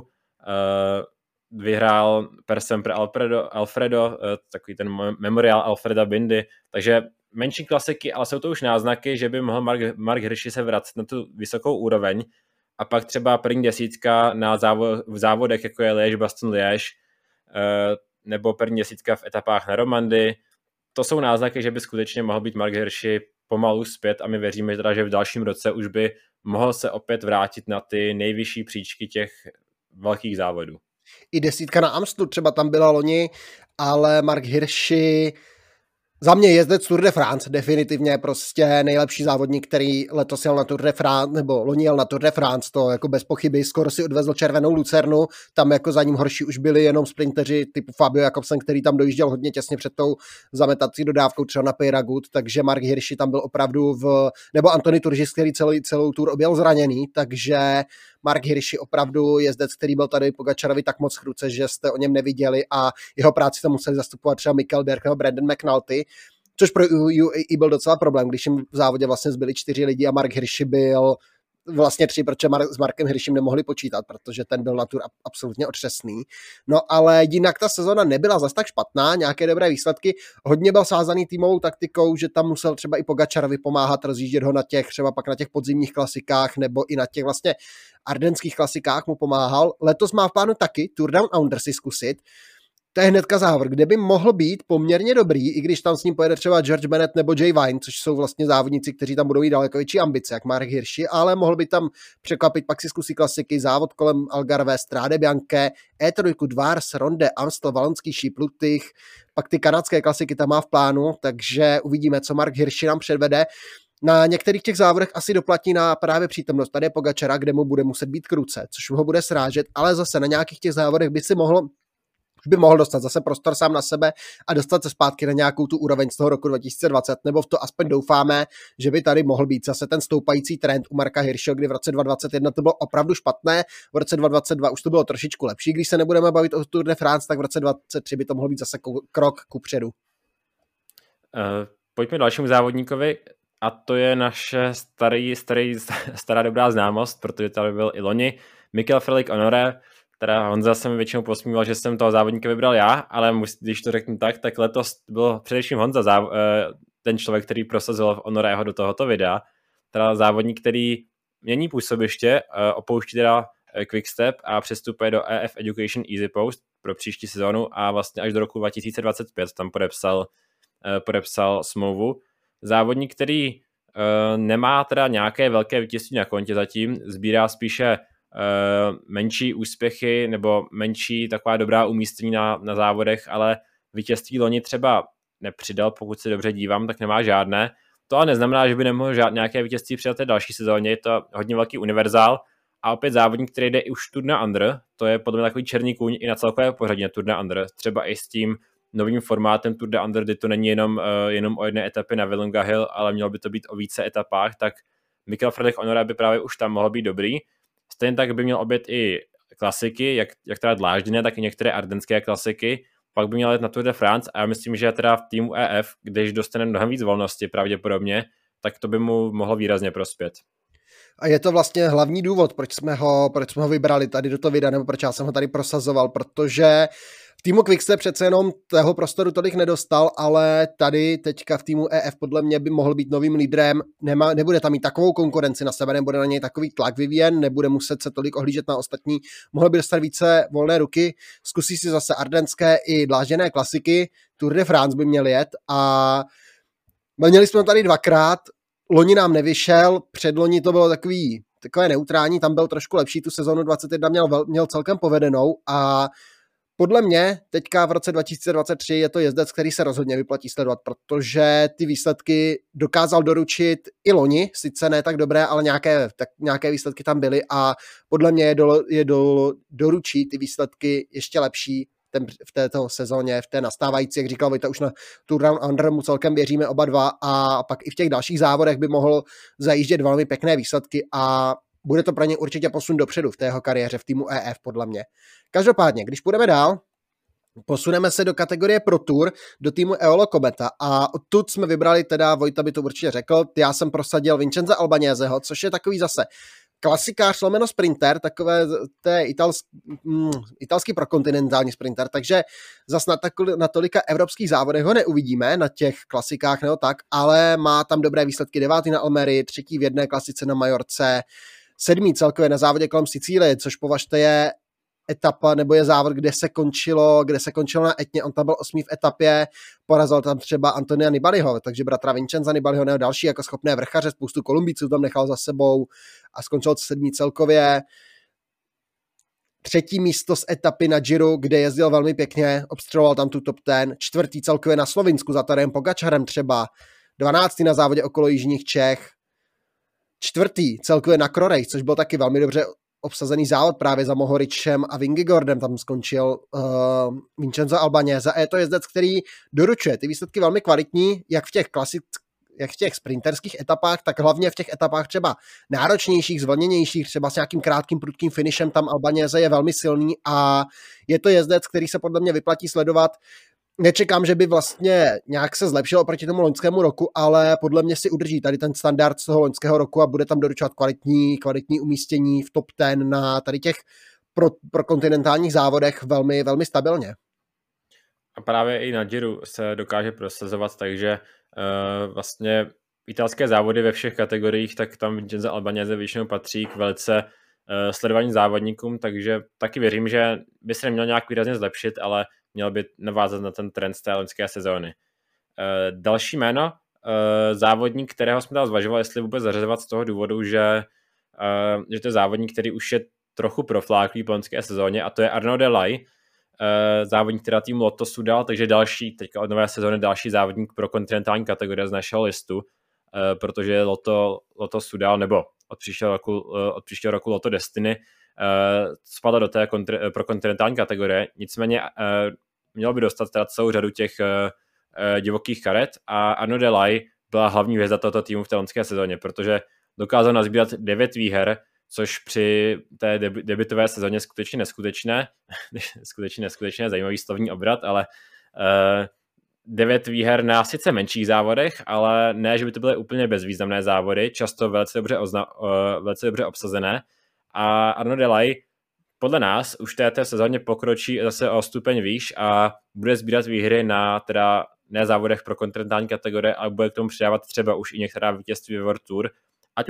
vyhrál per sempre Alfredo, takový ten memoriál Alfreda Bindy, takže menší klasiky, ale jsou to už náznaky, že by mohl Mark Hirschi se vracet na tu vysokou úroveň a pak třeba první desítka v závodech, jako je Liège-Bastogne-Liège, nebo první desítka v etapách na Romandii. To jsou náznaky, že by skutečně mohl být Mark Hirschi pomalu zpět a my věříme, že v dalším roce už by mohl se opět vrátit na ty nejvyšší příčky těch velkých závodů. I desítka na Amstlu třeba tam byla loni, ale Mark Hirschi za mě jezdec Tour de France, definitivně prostě nejlepší závodník, který letos jel na Tour de France, nebo loni jel na Tour de France, to jako bez pochyby, skoro si odvezl červenou lucernu, tam jako za ním horší už byli jenom sprinteři typu Fabio Jakobsen, který tam dojížděl hodně těsně před tou zametací dodávkou třeba na Peyragut, takže Mark Hirschi tam byl opravdu nebo Anthony Turgis, který celou Tour objel zraněný, takže Mark Hirschi opravdu jezdec, který byl tady Pogačarovi tak moc chruce, že jste o něm neviděli a jeho práci tam museli zastupovat třeba Michael Berg nebo Brandon McNulty, což pro UAE byl docela problém, když jim v závodě vlastně zbyli 4 lidi a Mark Hirschi byl vlastně 3, protože s Markem Hirschem nemohli počítat, protože ten byl na Tour absolutně otřesný. No ale jinak ta sezona nebyla zas tak špatná, nějaké dobré výsledky, hodně byl sázaný týmovou taktikou, že tam musel třeba i Pogačarovi pomáhat, rozjíždět ho na těch, třeba pak na těch podzimních klasikách, nebo i na těch vlastně ardenských klasikách mu pomáhal. Letos má v plánu taky Tour Down Under si zkusit. To je hnedka závod, kde by mohl být poměrně dobrý, i když tam s ním pojede třeba George Bennett nebo Jay Vine, což jsou vlastně závodníci, kteří tam budou mít daleko větší ambice, jak Mark Hirschi, ale mohl by tam překvapit, pak si zkusí klasiky, závod kolem Algarve, Strade Bianche, E3, Dvars, Ronde, Amstel, Valonský šíp, Lutych, pak ty kanadské klasiky tam má v plánu, takže uvidíme, co Mark Hirschi nám předvede. Na některých těch závodech asi doplatí na právě přítomnost tady Pogačara, kde mu bude muset být kruce, což ho bude srážet, ale zase na nějakých těch závodech by mohl dostat zase prostor sám na sebe a dostat se zpátky na nějakou tu úroveň z toho roku 2020, nebo v to aspoň doufáme, že by tady mohl být zase ten stoupající trend u Marka Hirschiho, kdy v roce 2021 to bylo opravdu špatné, v roce 2022 už to bylo trošičku lepší, když se nebudeme bavit o Tour de France, tak v roce 2023 by to mohlo být zase krok kupředu. Pojďme dalšímu závodníkovi a to je naše stará dobrá známost, protože tady byl i loni, Mikel Frelick-Honoré. Teda Honza se mi většinou posmíval, že jsem toho závodníka vybral já, ale když to řeknu tak letos byl především Honza ten člověk, který prosazoval Honorého do tohoto videa. Teda závodník, který mění působiště, opouští teda Quickstep a přestupuje do EF Education Easy Post pro příští sezónu a vlastně až do roku 2025 tam podepsal smlouvu. Závodník, který nemá teda nějaké velké vítězství na kontě zatím, sbírá spíše menší úspěchy nebo menší taková dobrá umístění na závodech, ale vítězství loni třeba nepřidal, pokud se dobře dívám, tak nemá žádné. To ale neznamená, že by nemohl nějaké vítězství přidat té další sezóně, je to hodně velký univerzál a opět závodník, který jde i už Tour Down Under, to je podle mě takový černý kůň i na celkové pořadí na Tour Down Under, třeba i s tím novým formátem Tour Down Under, kdy to není jenom o jedné etapě na Willunga Hill, ale mělo by to být o více etapách, tak Mikel Frelick-Honoré by právě už tam mohl být dobrý. Stejně tak by měl obět i klasiky, jak teda dlážděné, tak i některé ardenské klasiky. Pak by měl jít na Tour de France a já myslím, že teda v týmu EF, když dostane mnohem víc volnosti pravděpodobně, tak to by mu mohlo výrazně prospět. A je to vlastně hlavní důvod, proč jsme ho vybrali tady do toho videa, nebo proč já jsem ho tady prosazoval, protože v týmu Quickstep přece jenom toho prostoru tolik nedostal, ale tady teďka v týmu EF podle mě by mohl být novým lídrem, nebude tam mít takovou konkurenci na sebe, nebude na něj takový tlak vyvíjen, nebude muset se tolik ohlížet na ostatní, mohl by dostat více volné ruky, zkusí si zase ardenské i dlážděné klasiky, Tour de France by měl jet a měli jsme tady dvakrát, loni nám nevyšel, předloni to bylo takové neutrální, tam byl trošku lepší, tu sezonu 21 měl celkem povedenou a podle mě teďka v roce 2023 je to jezdec, který se rozhodně vyplatí sledovat, protože ty výsledky dokázal doručit i loni, sice ne tak dobré, ale nějaké výsledky tam byly a podle mě doručí ty výsledky ještě lepší v této sezóně, v té nastávající, jak říkal Vojta, už na Tour Down Under mu celkem věříme oba dva a pak i v těch dalších závodech by mohl zajíždět velmi pěkné výsledky a bude to pro ně určitě posun dopředu v té jeho kariéře v týmu EF, podle mě. Každopádně, když půjdeme dál, posuneme se do kategorie Pro Tour, do týmu Eolo Kometa a odtud jsme vybrali teda, Vojta by to určitě řekl, já jsem prosadil Vincenza Albaneseho, což je takový zase klasikář lomeno sprinter, takové italský prokontinentální sprinter, takže zase na tolika evropských závodech ho neuvidíme, na těch klasikách nebo tak, ale má tam dobré výsledky, 9. na Almerii, 3. v jedné klasice na Majorce, 7. celkově na závodě kolem Sicílie, což považte je etapa, nebo je závod, kde se končilo na Etně, on tam byl 8. v etapě, porazil tam třeba Antonia Nibaliho, takže bratra Vincenza Nibaliho nebo další jako schopné vrchaře, spoustu Kolumbíců tam nechal za sebou a skončil 7. celkově. 3. místo z etapy na Giro, kde jezdil velmi pěkně, obstřeloval tam tu top 10, 4. celkově na Slovinsku za Tadejem Pogačarem třeba, 12. na závodě okolo Jižních Čech, 4. celkově na Krorech, což byl taky velmi dobře obsazený závod právě za Mohoričem a Vingegordem, tam skončil Vincenzo Albanese a je to jezdec, který doručuje ty výsledky velmi kvalitní, jak v těch jak v těch sprinterských etapách, tak hlavně v těch etapách třeba náročnějších, zvlněnějších, třeba s nějakým krátkým, prudkým finishem, tam Albanese je velmi silný a je to jezdec, který se podle mě vyplatí sledovat. Nečekám, že by vlastně nějak se zlepšil oproti tomu loňskému roku, ale podle mě si udrží tady ten standard z toho loňského roku a bude tam doručovat kvalitní umístění v top 10 na tady těch pro kontinentálních závodech velmi, velmi stabilně. A právě i na Giro se dokáže prosazovat, takže vlastně italské závody ve všech kategoriích, tak tam Vincenzo Albanese většinou patří k velice sledovaným závodníkům, takže taky věřím, že by se neměl nějak výrazně zlepšit, ale měl by navázat na ten trend z té loňské sezóny. Další jméno, závodník, kterého jsme tam zvažovali, jestli vůbec zařazovat z toho důvodu, že to je závodník, který už je trochu profláklý v loňské sezóně, a to je Arnaud Delay, závodník, která týmu Lottosu dal, takže další, teďka od nové sezóny další závodník pro kontinentální kategorie z našeho listu, protože Lotto Sudal, nebo od příštího roku Lotto Destiny spadla do té pro kontinentální kategorie, nicméně měl by dostat teda celou řadu těch divokých karet a Arnaud Delay byla hlavní hvězda tohoto týmu v té loňské sezóně, protože dokázal nazbírat 9 výher, což při té debutové sezóně skutečně neskutečné, zajímavý slovní obrat, ale 9 výher na sice menších závodech, ale ne, že by to byly úplně bezvýznamné závody, často velice dobře obsazené. A Arnaud Delay podle nás už této sezóně pokročí zase o stupeň výš a bude sbírat výhry na teda ne závodech pro kontinentální kategorie, ale bude k tomu přidávat třeba už i některá vítězství ve World Tour, ať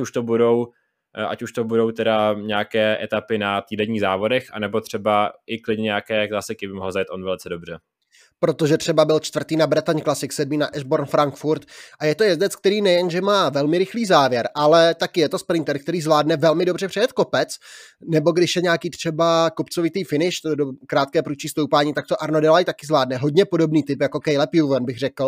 už to budou teda nějaké etapy na týdenních závodech, anebo třeba i klidně nějaké klasiky by mohl zajet on velice dobře. Protože třeba byl 4. na Bretagne Classic, 7. na Eschborn Frankfurt a je to jezdec, který nejenže má velmi rychlý závěr, ale taky je to sprinter, který zvládne velmi dobře přejet kopec, nebo když je nějaký třeba kopcovitý finish, to do krátké prudčí stoupání, tak to Arnaud Delay taky zvládne. Hodně podobný typ jako Caleb Ewan, bych řekl.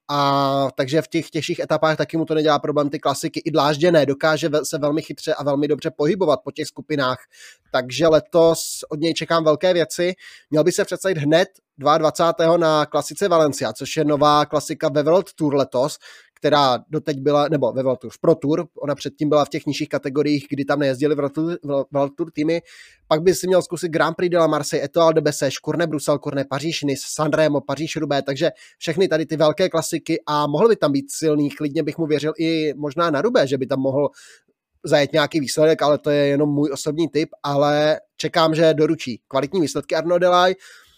A takže v těch těžších etapách taky mu to nedělá problém, ty klasiky i dlážděné, dokáže se velmi chytře a velmi dobře pohybovat po těch skupinách, takže letos od něj čekám velké věci. Měl by se představit hned 22. na klasice Valencia, což je nová klasika ve World Tour letos, která doteď byla, nebo ve World Tour, v Pro Tour, ona předtím byla v těch nižších kategoriích, kdy tam nejezdili World Tour týmy, pak by si měl zkusit Grand Prix de la Marseille, Etoile de Bessèges, Courne Bruxelles, Courne Paříž-Nice, Sanremo, Paříž-Roubaix, takže všechny tady ty velké klasiky a mohl by tam být silný, klidně bych mu věřil i možná na Roubaix, že by tam mohl zajet nějaký výsledek, ale to je jenom můj osobní tip, ale čekám, že doručí kvalitní výsledky Arnaud Delay.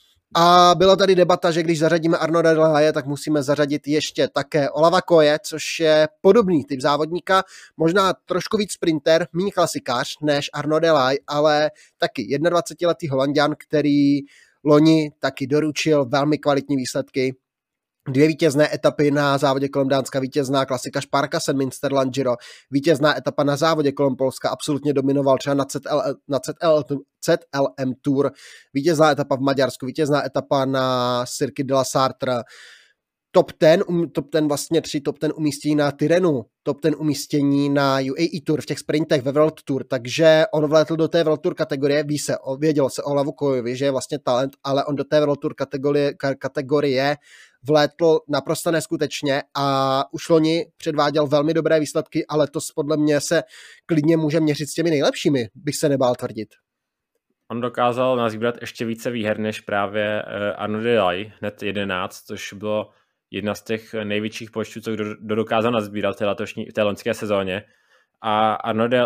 A byla tady debata, že když zařadíme Arnauda Delaye, tak musíme zařadit ještě také Olava Koje, což je podobný typ závodníka, možná trošku víc sprinter, méně klasikář než Arnaud Delay, ale taky 21-letý Holanďan, který loni taky doručil velmi kvalitní výsledky. 2 vítězné etapy na závodě kolem Dánska, vítězná klasika Sparkassen Münsterland Giro, vítězná etapa na závodě kolem Polska, absolutně dominoval třeba na ZLM Tour, vítězná etapa v Maďarsku, vítězná etapa na Circuit de la Sarthe, top 10 vlastně 3 top 10 umístění na Tyrrhenu, top 10 umístění na UAE Tour v těch sprintech ve World Tour, takže on vlétl do té World Tour kategorie, vědělo se o Olavu Kojovi, že je vlastně talent, ale on do té World Tour kategorie vlétl naprosto neskutečně a už loni předváděl velmi dobré výsledky, ale letos podle mě se klidně může měřit s těmi nejlepšími, bych se nebál tvrdit. On dokázal nazbírat ještě více výher než právě Arnaud Delay, hned 11, což bylo jedna z těch největších počtů, co kdo dokázal nazbírat v té loňské sezóně. A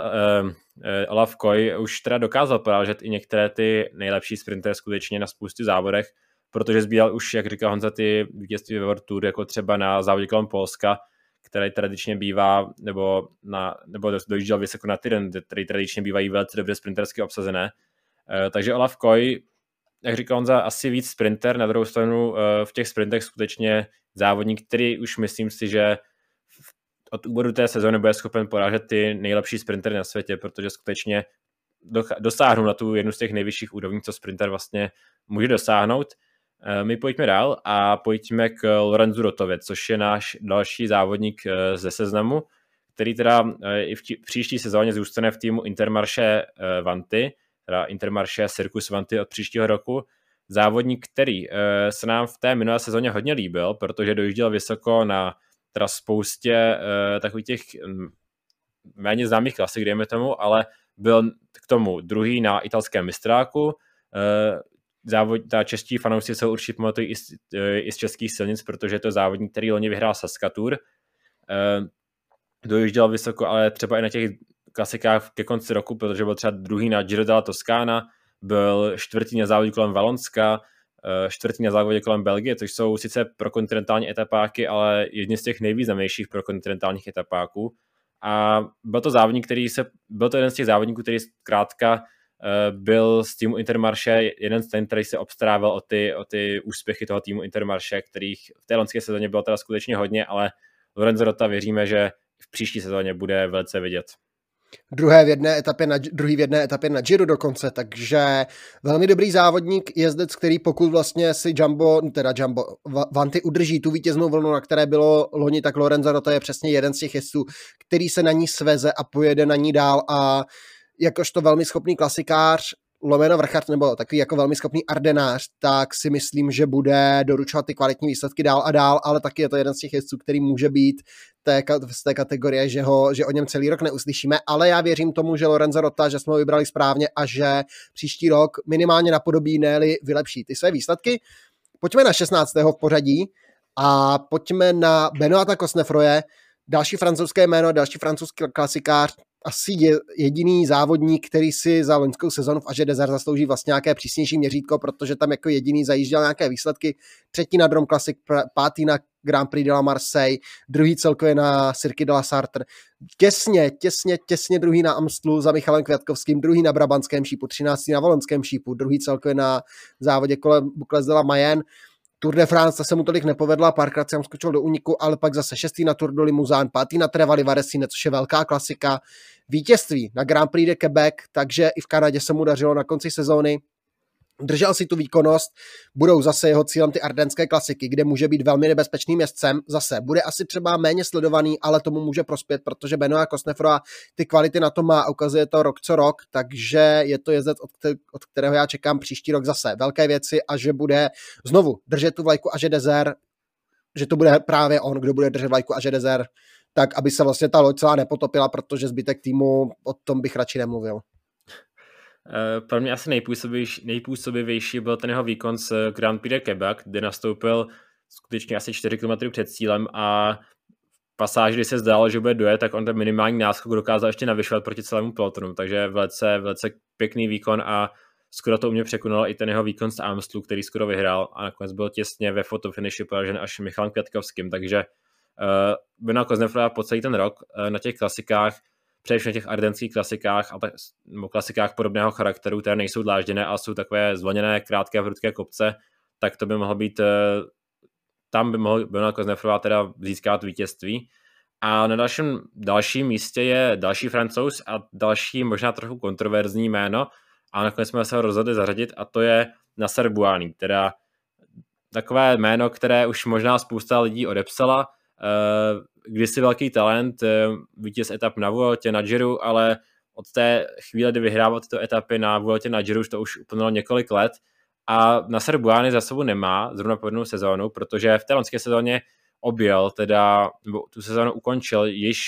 Olaf Koy už teda dokázal porážet i některé ty nejlepší sprintery skutečně na spoustě závodech, protože sbíral už, jak říkal Honza, ty vítězství ve World Tour, jako třeba na závodě kolem Polska, který tradičně bývá, nebo dojížděl vysoko na Tyrrhen, který tradičně bývají velice dobře sprintersky obsazené. Takže Olaf Koy, jak říkal Honza, asi víc sprinter, na druhou stranu v těch sprintech skutečně závodník, který už myslím si, že od úvodu té sezóny bude schopen porážet ty nejlepší sprintery na světě, protože skutečně dosáhnou na tu jednu z těch nejvyšších úrovní, co sprinter vlastně může dosáhnout. My pojďme dál a pojďme k Lorenzu Rotovi, což je náš další závodník ze seznamu, který teda i v příští sezóně zůstane v týmu Intermarché Vanty, teda Intermarché Circus Vanty od příštího roku. Závodník, který se nám v té minulé sezóně hodně líbil, protože dojížděl vysoko na teda spoustě takových těch méně známých klasik, dejme tomu, ale byl k tomu druhý na italském mistráku. Čeští fanoušci jsou určitě pamatují i z českých silnic, protože je to závodník, který loni vyhrál Saskatour. Dojížděl vysoko, ale třeba i na těch klasikách ke konci roku, protože byl třeba druhý na Giro della Toscana, byl čtvrtý na závodě kolem Valonska, čtvrtý na závodě kolem Belgie, což jsou sice prokontinentální etapáky, ale jedni z těch nejvýznamnějších prokontinentálních etapáků. A byl to závodník, byl to jeden z těch závodníků, který zkrátka byl z týmu Intermarché jeden z ten, který se obstarával o ty úspěchy toho týmu Intermarché, kterých v té loňské sezóně bylo teda skutečně hodně, ale Lorenzo Rota věříme, že v příští sezóně bude velice vidět. Druhý v jedné etapě na Giro dokonce, takže velmi dobrý závodník, jezdec, který pokud vlastně si Vanty udrží tu vítěznou vlnu, na které bylo loni, tak Lorenzo Rota je přesně jeden z těch jezdců, který se na ní sveze a pojede na ní dál a jakožto velmi schopný klasikář, lomeno vrchař nebo takový jako velmi schopný ardenář, tak si myslím, že bude doručovat ty kvalitní výsledky dál a dál, ale taky je to jeden z těch jezdců, který může být z té kategorie, že o něm celý rok neuslyšíme, ale já věřím tomu, že Lorenzo Rota, že jsme ho vybrali správně a že příští rok minimálně napodobí, ne-li vylepší ty své výsledky. Pojďme na 16. v pořadí a pojďme na Benoîta Cosnefroye, další francouzské jméno, další francouzský klasikář, asi jediný závodník, který si za loňskou sezonu v AG Desert zaslouží vlastně nějaké přísnější měřítko, protože tam jako jediný zajížděl nějaké výsledky, třetí na Drôme Classic, pátý na Grand Prix de la Marseille, druhý celkově na Circuit de la Sarthe, těsně druhý na Amstlu za Michalem Květkovským, druhý na Brabantském šípu, 13. na Valonském šípu, druhý celkově na závodě kolem Boucles de la Mayenne. Tour de France se mu tolik nepovedla, párkrát jsem skočil do úniku, ale pak zase 6. na Tour de Limousin, 5. na Trevali Varesine, což je velká klasika, vítězství na Grand Prix de Quebec, takže i v Kanadě se mu dařilo na konci sezóny. Držel si tu výkonnost, budou zase jeho cílem ty ardenské klasiky, kde může být velmi nebezpečným jezdcem. Zase bude asi třeba méně sledovaný, ale tomu může prospět, protože Benoît Cosnefroy ty kvality na to má, ukazuje to rok co rok, takže je to jezdec, od kterého já čekám příští rok zase velké věci a že bude znovu držet tu vlajku AG Desert, že to bude právě on, kdo bude držet vlajku AG Desert, tak aby se vlastně ta loď celá nepotopila, protože zbytek týmu o tom bych radši nemluvil. Pro mě asi nejpůsobivější byl ten jeho výkon z Grand Prix de Quebec, kde nastoupil skutečně asi 4 km před cílem a v pasáži, kdy se zdálo, že bude dojet, tak on ten minimální náskok dokázal ještě navyšovat proti celému pelotonu, takže velice pěkný výkon a skoro to u mě překonalo i ten jeho výkon z Amstlu, který skoro vyhrál a nakonec byl těsně ve fotofiniši poražen až Michalem Květkovským, takže Benoît Cosnefroy po celý ten rok na těch klasikách, především na těch ardenských klasikách nebo klasikách podobného charakteru, které nejsou dlážděné a jsou takové zvlněné, krátké, prudké kopce, tak to by mohlo být, tam by mohl Benoît Cosnefroy teda získat vítězství. A na dalším místě je další Francouz a další možná trochu kontroverzní jméno, a nakonec jsme se ho rozhodli zařadit a to je Nacer Bouhanni, teda takové jméno, které už možná spousta lidí odepsala, kdysi velký talent, vítěz etap na Vueltě, na Giro, ale od té chvíle, kdy vyhrával tyto etapy na Vueltě, na Giro, už to už uplynulo několik let a Nacer Bouhanni za sebou nemá zrovna povedenou sezónu, protože v té loňské sezóně objel, nebo tu sezónu ukončil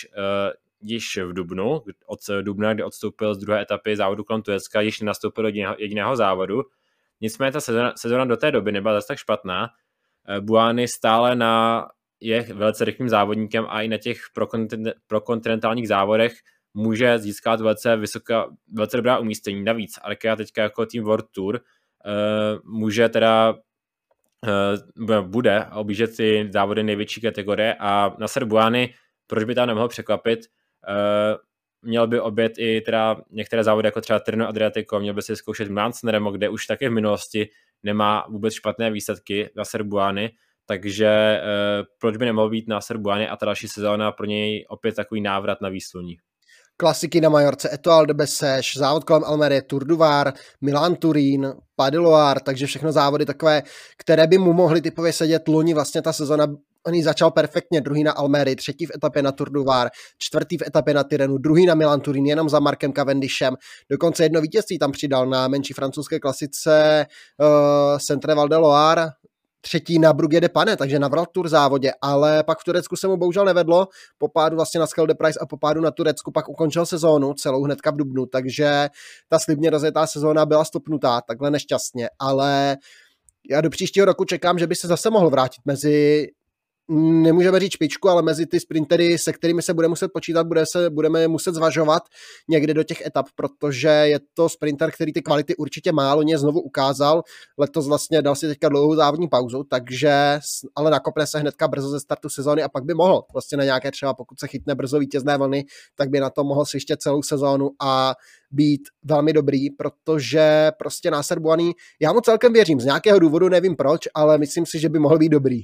již v dubnu, od dubna, kdy odstoupil z druhé etapy závodu kolem Turecka, již nenastoupil do jediného závodu. Nicméně ta sezóna do té doby nebyla zase tak špatná. Bouhanni stále je velice rychlým závodníkem a i na těch prokontinentálních závodech může získat velice dobrá umístění. Navíc Arkea teďka jako tým World Tour bude objíždět ty závody největší kategorie a Nacer Bouhanni, proč by tam nemohl překvapit, měl by objet i teda některé závody jako třeba Tirreno Adriatico, měl by si zkoušet Milan San Remo, kde už taky v minulosti nemá vůbec špatné výsledky Nacer Bouhanni, takže proč by nemohl být Nacer Bouhanni a ta další sezóna pro něj opět takový návrat na výsluní. Klasiky na Majorce, Étoile de Bessèges, závod kolem Almerie, Tour du Var, Milan Turín, Pas de Loire, takže všechno závody takové, které by mu mohly typově sedět. Loni vlastně ta sezona, on začal perfektně, druhý na Almerii, třetí v etapě na Tour du Var, čtvrtý v etapě na Tyrrenu, druhý na Milan Turín, jenom za Markem Cavendishem, dokonce jedno vítězství tam přidal na menší francouzské klasice Centre Val de Loire, třetí na Brugge de Pane, takže na World Tour závodě, ale pak v Turecku se mu bohužel nevedlo, po pádu vlastně na Skelde Price a po pádu na Turecku pak ukončil sezónu celou hnedka v dubnu, takže ta slibně rozjetá sezóna byla stopnutá takhle nešťastně, ale já do příštího roku čekám, že by se zase mohl vrátit mezi, nemůžeme říct špičku, ale mezi ty sprintery, se kterými se bude muset počítat, budeme muset zvažovat někde do těch etap, protože je to sprinter, který ty kvality určitě má, loni znovu ukázal, letos vlastně dal si teďka dlouhou závodní pauzu, takže ale nakopne se hnedka brzo ze startu sezóny a pak by mohl vlastně na nějaké třeba, pokud se chytne brzo vítězné vlny, tak by na to mohl svištět celou sezónu a být velmi dobrý, protože prostě Nasser Bouhanni, já mu celkem věřím, z nějakého důvodu nevím proč, ale myslím si, že by mohl být dobrý.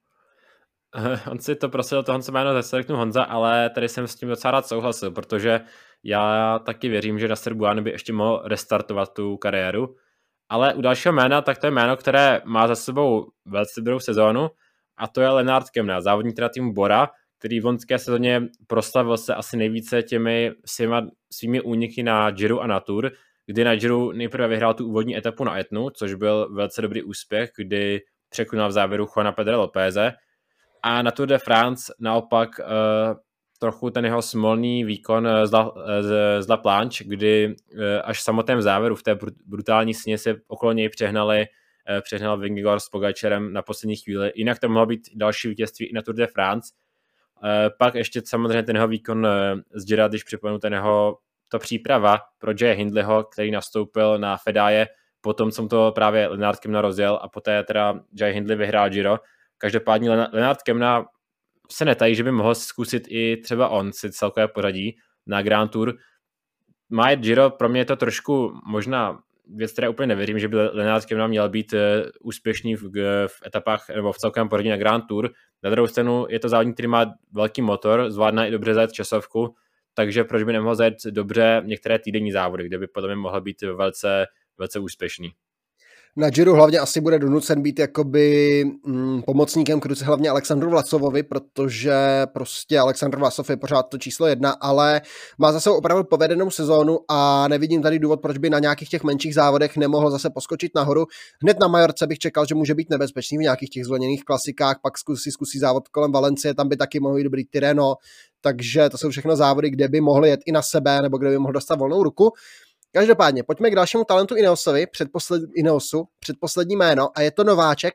On si to prosil toho jméno zeseleknu Honza, ale tady jsem s tím docela rád souhlasil, protože já taky věřím, že Nasser Bouhanni by ještě mohl restartovat tu kariéru, ale u dalšího jména, tak to je jméno, které má za sebou velice dobrou sezónu a to je Lennart Kemna, závodník teda týmu Bora, který v loňské sezóně proslavil se asi nejvíce těmi svými úniky na Giro a na Tour, kdy na Giro nejprve vyhrál tu úvodní etapu na Etnu, což byl velice dobrý úspěch, kdy překonal v závěru Juana Pedra Lopéze. A na Tour de France naopak trochu ten jeho smolný výkon z La Planche, kdy až v samotném závěru v té brutální sně se okolo něj přehnal Vingegaard s Pogačarem na poslední chvíli. Jinak to mohlo být další vítězství i na Tour de France. Pak ještě samozřejmě ten jeho výkon z Gira, když připomenu to příprava pro Jaya Hindleyho, který nastoupil na Fedaje, potom co to právě Lennart Kemna rozjel a poté teda Jay Hindley vyhrál Giro. Každopádně Lennart Kemna se netají, že by mohl zkusit i třeba on si celkové pořadí na Grand Tour. Má jet Giro, pro mě je to trošku možná věc, které úplně nevěřím, že by Lennart Kemna měl být úspěšný v etapách nebo v celkovém pořadí na Grand Tour. Na druhou stranu je to závodník, který má velký motor, zvládne i dobře zajet časovku, takže proč by nemohl zajet dobře některé týdenní závody, kde by podle mě mohl být velice, velice úspěšný. Na Giro hlavně asi bude donucen být jakoby pomocníkem kruce hlavně Alexandru Vlasovovi, protože prostě Alexandr Vlasov je pořád to číslo 1, ale má zase opravdu povedenou sezónu a nevidím tady důvod, proč by na nějakých těch menších závodech nemohl zase poskočit nahoru. Hned na Majorce bych čekal, že může být nebezpečný v nějakých těch zvoněných klasikách, pak zkusí závod kolem Valencie, tam by taky mohl být dobrý Tirreno, takže to jsou všechno závody, kde by mohli jet i na sebe, nebo kde by mohl dostat volnou ruku. Každopádně, pojďme k dalšímu talentu Ineosovi, předposlední jméno a je to nováček,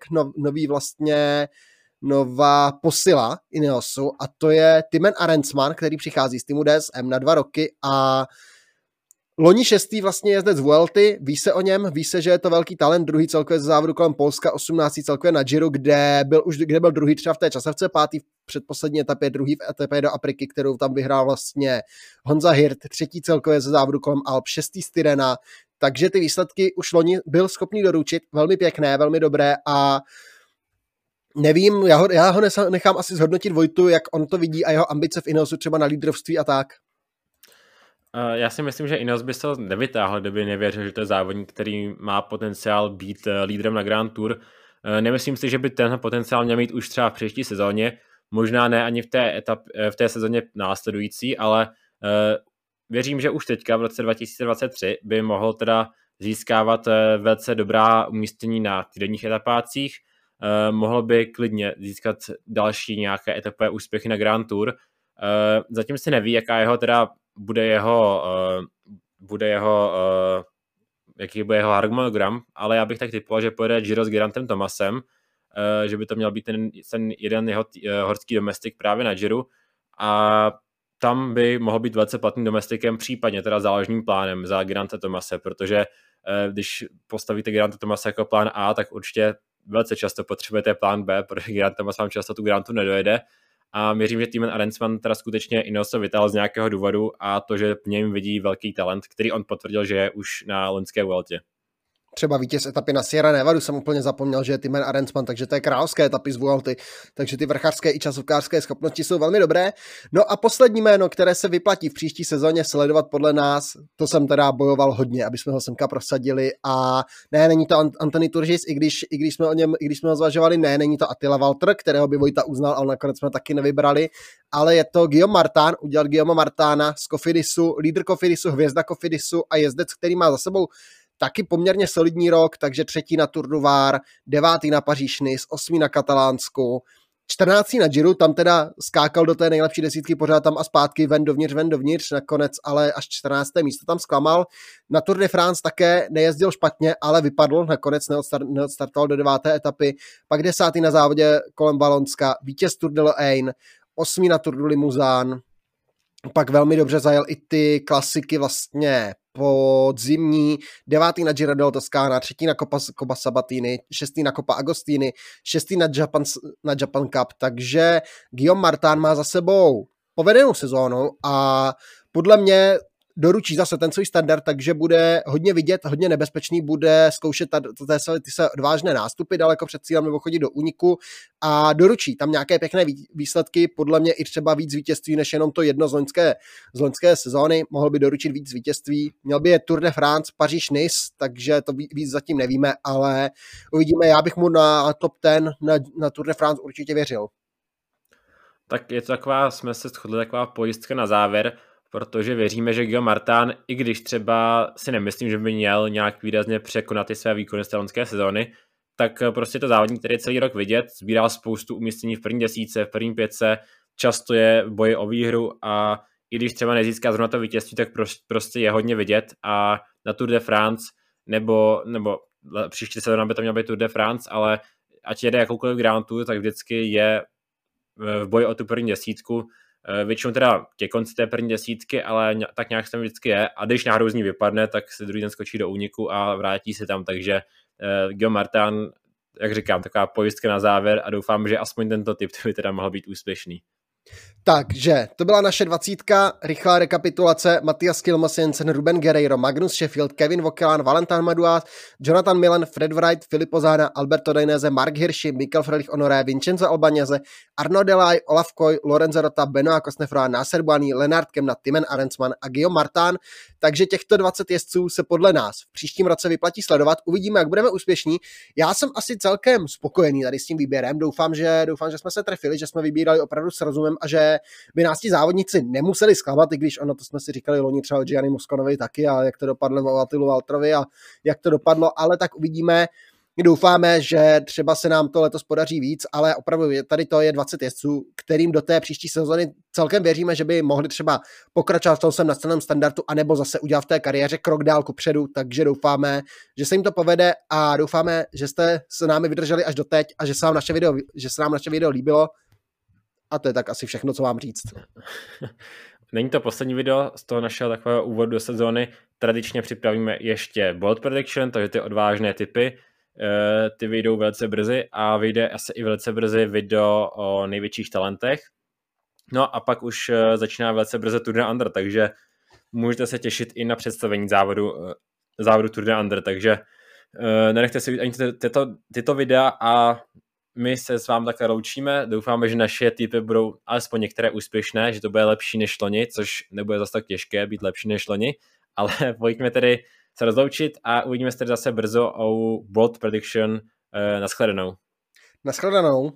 nová posila Ineosu a to je Timen Arensman, který přichází z týmu DSM na 2 roky a loni 6. vlastně jezdec Vuelty, ví se o něm, ví se, že je to velký talent, druhý celkově ze závodu kolem Polska, 18. celkově na Giro, kde byl druhý třeba v té časovce, 5. v předposlední etapě, druhý v etapě do Afriky, kterou tam vyhrál vlastně Honza Hirt, 3. celkově ze závodu kolem Alp, 6. z Tirrena, takže ty výsledky už loni byl schopný doručit, velmi pěkné, velmi dobré a nevím, já ho nechám asi zhodnotit Vojtu, jak on to vidí a jeho ambice v Ineosu třeba na lídrovství a tak. Já si myslím, že Ineos by se to nevytáhl, kdyby nevěřil, že to je závodník, který má potenciál být lídrem na Grand Tour. Nemyslím si, že by tenhle potenciál měl mít už třeba v příští sezóně, možná ne ani v té sezóně následující, ale věřím, že už teďka v roce 2023 by mohl teda získávat velice dobrá umístění na týdenních etapácích, mohl by klidně získat další nějaké etapové úspěchy na Grand Tour. Zatím se neví, jaký bude jeho harmonogram, ale já bych tak typoval, že pojede Giro s Gerantem Thomasem, že by to měl být ten jeden jeho horský domestik právě na Giro a tam by mohl být velice platným domestikem, případně teda záložním plánem za Geranta Thomase, protože když postavíte Geranta Thomase jako plán A, tak určitě velice často potřebujete plán B, protože Gerant Thomas vám často tu Gerantu nedojede. A věřím, že Timen Arensman teda skutečně Ineosa vytáhl z nějakého důvodu a to, že v něm vidí velký talent, který on potvrdil, že je už na loňské Vueltě. Třeba vítěz etapy na Sierra Nevadu jsem úplně zapomněl, že je Timen Arensman, takže to je královské etapy z Vuelty, takže ty vrchařské i časovkářské schopnosti jsou velmi dobré. No a poslední jméno, které se vyplatí v příští sezóně sledovat podle nás, to jsem teda bojoval hodně, aby jsme ho semka prosadili a ne, není to Anthony Turgis, i když jsme ho zvažovali, ne, není to Attila Walter, kterého by Vojta uznal, ale nakonec jsme taky nevybrali, ale je to Guillaume Martin, udělat Guillauma Martina z Cofidisu, lídr Cofidisu, hvězda Cofidisu a jezdec, který má za sebou taky poměrně solidní rok, takže 3. na Tour du Var, 9. na Paříž-Nice, 8. na Katalánsku, 14. na Giro, tam teda skákal do té nejlepší desítky, pořád tam a zpátky, ven dovnitř, nakonec ale až 14. místo tam zklamal. Na Tour de France také nejezdil špatně, ale vypadl, nakonec neodstartoval do 9. etapy, pak 10. na závodě kolem Valonska, vítěz Tour de l'Ain, 8. na Tour du Limousin, pak velmi dobře zajel i ty klasiky vlastně podzimní, 9. na Giro della Toscana, 3. na Coppa Sabatini, 6. na Coppa Agostini, 6. na Japan Cup, takže Guillaume Martin má za sebou povedenou sezónu a podle mě doručí zase ten svůj standard, takže bude hodně vidět, hodně nebezpečný, bude zkoušet ty se odvážné nástupy daleko před cílem nebo chodit do úniku a doručí tam nějaké pěkné výsledky, podle mě i třeba víc vítězství, než jenom to jedno z loňské sezóny, mohl by doručit víc vítězství, měl by je Tour de France, Paříž-Nice, takže to víc zatím nevíme, ale uvidíme, já bych mu na top 10 na Tour de France určitě věřil. Tak je to taková, jsme se shodli, taková pojistka na závěr, protože věříme, že Guillaume Martin, i když třeba si nemyslím, že by měl nějak výrazně překonat ty své výkony z té loňské sezóny, tak prostě to závodník, který je celý rok vidět, sbírá spoustu umístění v první desítce, v první pětce, často je v boji o výhru a i když třeba nezíská zrovna to vítězství, tak prostě je hodně vidět a na Tour de France nebo příští sezóna by to měl být Tour de France, ale ať jede jakoukoliv Grand Tour, tak vždycky je v boji o tu první desítku. Většinou teda ke konci té první desítky, ale tak nějak tam vždycky je a když náhodou z ní vypadne, tak se druhý den skočí do úniku a vrátí se tam, takže Guillaume Martin, jak říkám, taková pojistka na závěr a doufám, že aspoň tento typ by teda mohl být úspěšný. Takže to byla naše 20. Rychlá rekapitulace: Matthias Kilmos Jensen, Ruben Guerreiro, Magnus Sheffield, Kevin Vauquelin, Valentin Madouas, Jonathan Millen, Fred Wright, Filippo Zana, Alberto Dainese, Mark Hirschi, Mikel Fröhlich Honoré, Vincenzo Albanese, Arnaud Delay, Olaf Koy, Lorenzo Rota, Benoît Cosnefroy, Nasser Bouhanni, Lennart Kemna, Timen Arensman a Guillaume Martin. Takže těchto 20 jezdců se podle nás v příštím roce vyplatí sledovat. Uvidíme, jak budeme úspěšní. Já jsem asi celkem spokojený tady s tím výběrem. Doufám, že jsme se trefili, že jsme vybírali opravdu s rozumem a že by nás ti závodníci nemuseli zklamat, i když ono to jsme si říkali loni třeba o Gianni Mosconovi taky a jak to dopadlo o Attilu Valtrovi a jak to dopadlo, ale tak uvidíme. Doufáme, že třeba se nám to letos podaří víc, ale opravdu tady to je 20 jezdců, kterým do té příští sezony celkem věříme, že by mohli třeba pokračovat v tom svém nastaveném standardu anebo zase udělat v té kariéře krok dál kupředu, takže doufáme, že se jim to povede a doufáme, že jste s námi vydrželi až doteď a že se nám naše video líbilo. A to je tak asi všechno, co mám říct. Není to poslední video z toho našeho takového úvodu do sezóny. Tradičně připravíme ještě Bold Prediction, takže ty odvážné tipy. Ty vyjdou velice brzy a vyjde asi i velice brzy video o největších talentech. No a pak už začíná velice brzy Tour de Under, takže můžete se těšit i na představení závodu Tour de Under, takže nenechte si ani tyto videa a my se s vámi takhle loučíme. Doufáme, že naše tipy budou alespoň některé úspěšné, že to bude lepší než loni, což nebude zase tak těžké být lepší než loni, ale pojďme tedy se rozloučit a uvidíme se tedy zase brzo o Bold Prediction. Naschledanou.